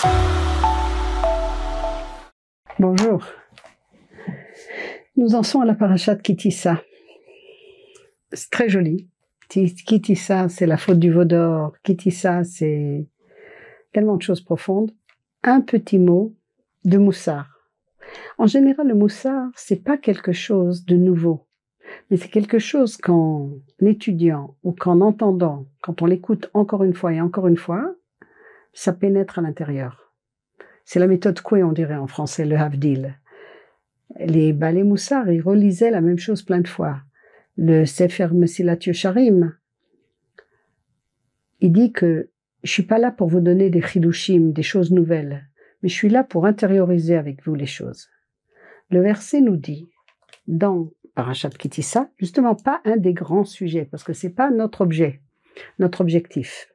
Bonjour. Nous en sommes à la parashat Ki Tisa. C'est très joli. Ki Tisa, c'est la faute du veau d'or. Ki Tisa, c'est tellement de choses profondes. Un petit mot de moussar. En général, le moussar, c'est pas quelque chose de nouveau, mais c'est quelque chose qu'en étudiant ou qu'en entendant, quand on l'écoute encore une fois et encore une fois, ça pénètre à l'intérieur. C'est la méthode Coué, on dirait en français, le Havdil. Les moussard, ils relisaient la même chose plein de fois. Le Sefer Mesilat Yesharim, il dit que je suis pas là pour vous donner des chidushim, des choses nouvelles, mais je suis là pour intérioriser avec vous les choses. Le verset nous dit, dans Parashat Ki Tisa, justement pas un des grands sujets, parce que c'est pas notre objet, notre objectif.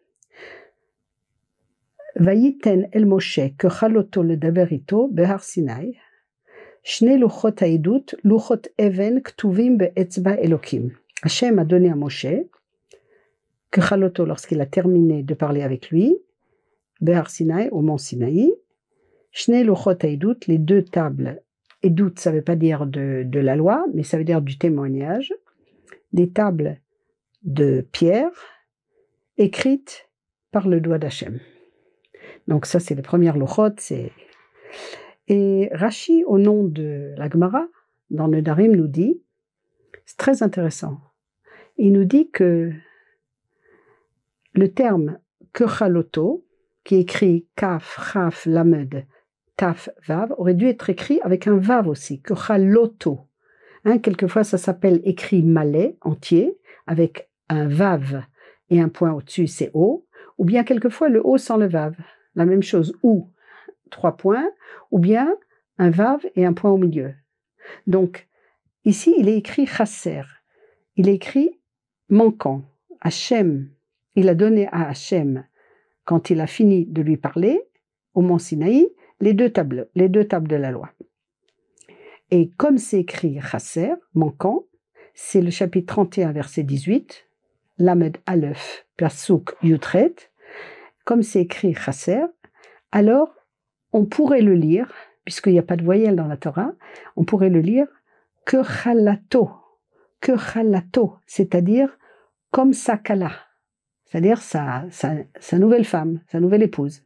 Vayiten el Moshe kechaloto ledaber ito behar Sinai, shne luchot haidut, luchot even ktuvim be'etzba Elokim. Hachem a donné à Moshe, kechaloto, lorsqu'il a terminé de parler avec lui, behar Sinai, au mont Sinaï, shne luchot haidut, les deux tables. Edut, ça ne veut pas dire de la loi, mais ça veut dire du témoignage, des tables de pierre écrites par le doigt d'Hachem. Donc ça, c'est les premières lochot. Et Rashi, au nom de la Gemara, dans le Darim, nous dit, c'est très intéressant, il nous dit que le terme kechaloto, qui est écrit kaf, chaf, lamed, taf, vav, aurait dû être écrit avec un vav aussi, kechaloto. Quelquefois, ça s'appelle écrit malais, entier, avec un vav et un point au-dessus, c'est o, ou bien quelquefois le o sans le vav. La même chose, ou 3 points, ou bien un vav et un point au milieu. Donc, ici, il est écrit chasser, il est écrit manquant. Hachem, il a donné à Hachem, quand il a fini de lui parler, au mont Sinaï, les deux tables de la loi. Et comme c'est écrit chasser, manquant, c'est le chapitre 31, verset 18, Lamed Aleph, Pasuk Yutret, comme c'est écrit chasser, alors on pourrait le lire, puisqu'il n'y a pas de voyelle dans la Torah, on pourrait le lire kechalato, c'est-à-dire comme sa kala, c'est-à-dire sa nouvelle femme, sa nouvelle épouse.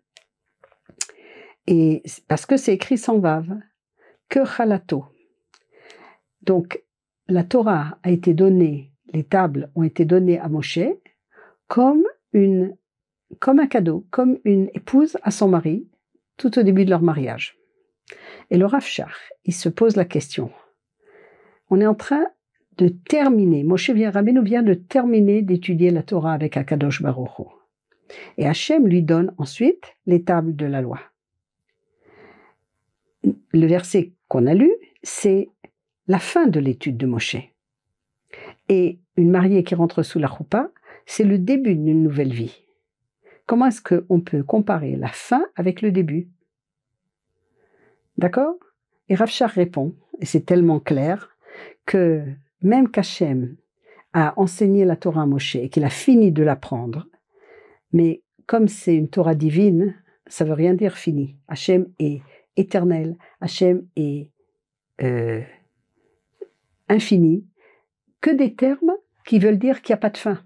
Et parce que c'est écrit sans vav, kechalato. Donc la Torah a été donnée, les tables ont été données à Moshe comme un cadeau, comme une épouse à son mari, tout au début de leur mariage. Et le Rav Shach, il se pose la question. On est en train de terminer, Rabbeinu vient de terminer d'étudier la Torah avec Akadosh Baruch Hu. Et Hachem lui donne ensuite les tables de la loi. Le verset qu'on a lu, c'est la fin de l'étude de Moshe. Et une mariée qui rentre sous la choupa, c'est le début d'une nouvelle vie. Comment est-ce qu'on peut comparer la fin avec le début? D'accord? Et Rav Shach répond, et c'est tellement clair, que même qu'Hachem a enseigné la Torah à Moshe et qu'il a fini de l'apprendre, mais comme c'est une Torah divine, ça veut rien dire fini. Hachem est éternel, Hachem est infini, que des termes qui veulent dire qu'il n'y a pas de fin.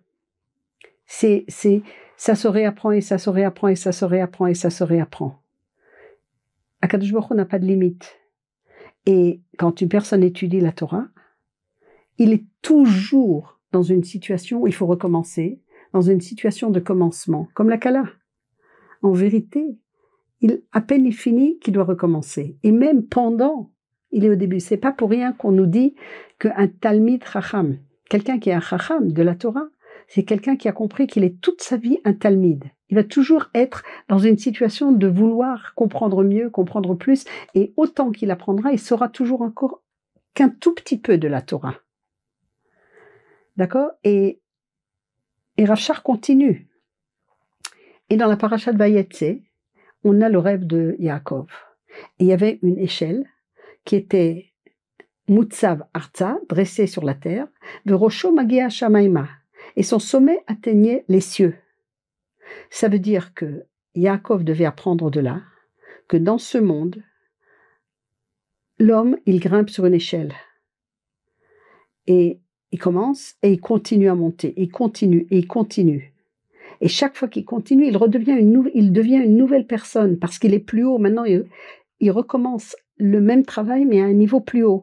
Ça se réapprend et ça se réapprend et ça se réapprend et ça se réapprend. Akadosh Baruch Hu n'a pas de limite. Et quand une personne étudie la Torah, il est toujours dans une situation où il faut recommencer, dans une situation de commencement, comme la Kala. En vérité, à peine il finit qu'il doit recommencer. Et même pendant, il est au début. C'est pas pour rien qu'on nous dit qu'un Talmid Chacham, quelqu'un qui est un Chacham de la Torah, c'est quelqu'un qui a compris qu'il est toute sa vie un Talmid. Il va toujours être dans une situation de vouloir comprendre mieux, comprendre plus, et autant qu'il apprendra, il saura toujours encore qu'un tout petit peu de la Torah. D'accord? Et Rav Shach continue. Et dans la parashat Vayetze, on a le rêve de Yaakov. Et il y avait une échelle qui était Mutzav Arza, dressée sur la terre, Verosho Magia Shamaima, et son sommet atteignait les cieux. Ça veut dire que Yaakov devait apprendre de là, que dans ce monde, l'homme, il grimpe sur une échelle. Et il commence et il continue à monter, il continue et il continue. Et chaque fois qu'il continue, il devient une nouvelle personne parce qu'il est plus haut. Maintenant, il recommence le même travail, mais à un niveau plus haut.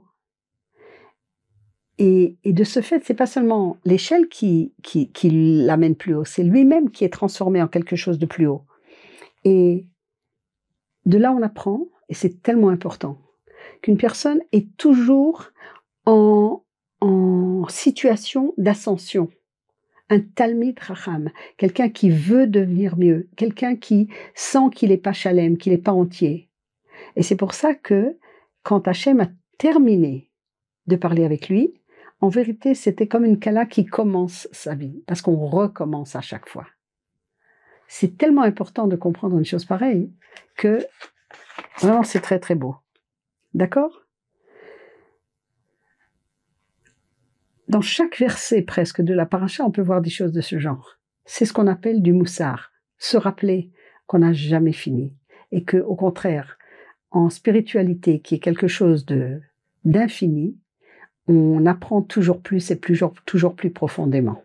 Et de ce fait, c'est pas seulement l'échelle qui l'amène plus haut, c'est lui-même qui est transformé en quelque chose de plus haut. Et de là, on apprend, et c'est tellement important, qu'une personne est toujours en situation d'ascension. Un Talmid Racham, quelqu'un qui veut devenir mieux, quelqu'un qui sent qu'il n'est pas Shalem, qu'il n'est pas entier. Et c'est pour ça que quand Hachem a terminé de parler avec lui, en vérité, c'était comme une Kala qui commence sa vie, parce qu'on recommence à chaque fois. C'est tellement important de comprendre une chose pareille, que vraiment c'est très très beau. D'accord ? Dans chaque verset presque de la paracha, on peut voir des choses de ce genre. C'est ce qu'on appelle du moussar, se rappeler qu'on n'a jamais fini, et que, au contraire, en spiritualité, qui est quelque chose d'infini, on apprend toujours plus et toujours plus profondément.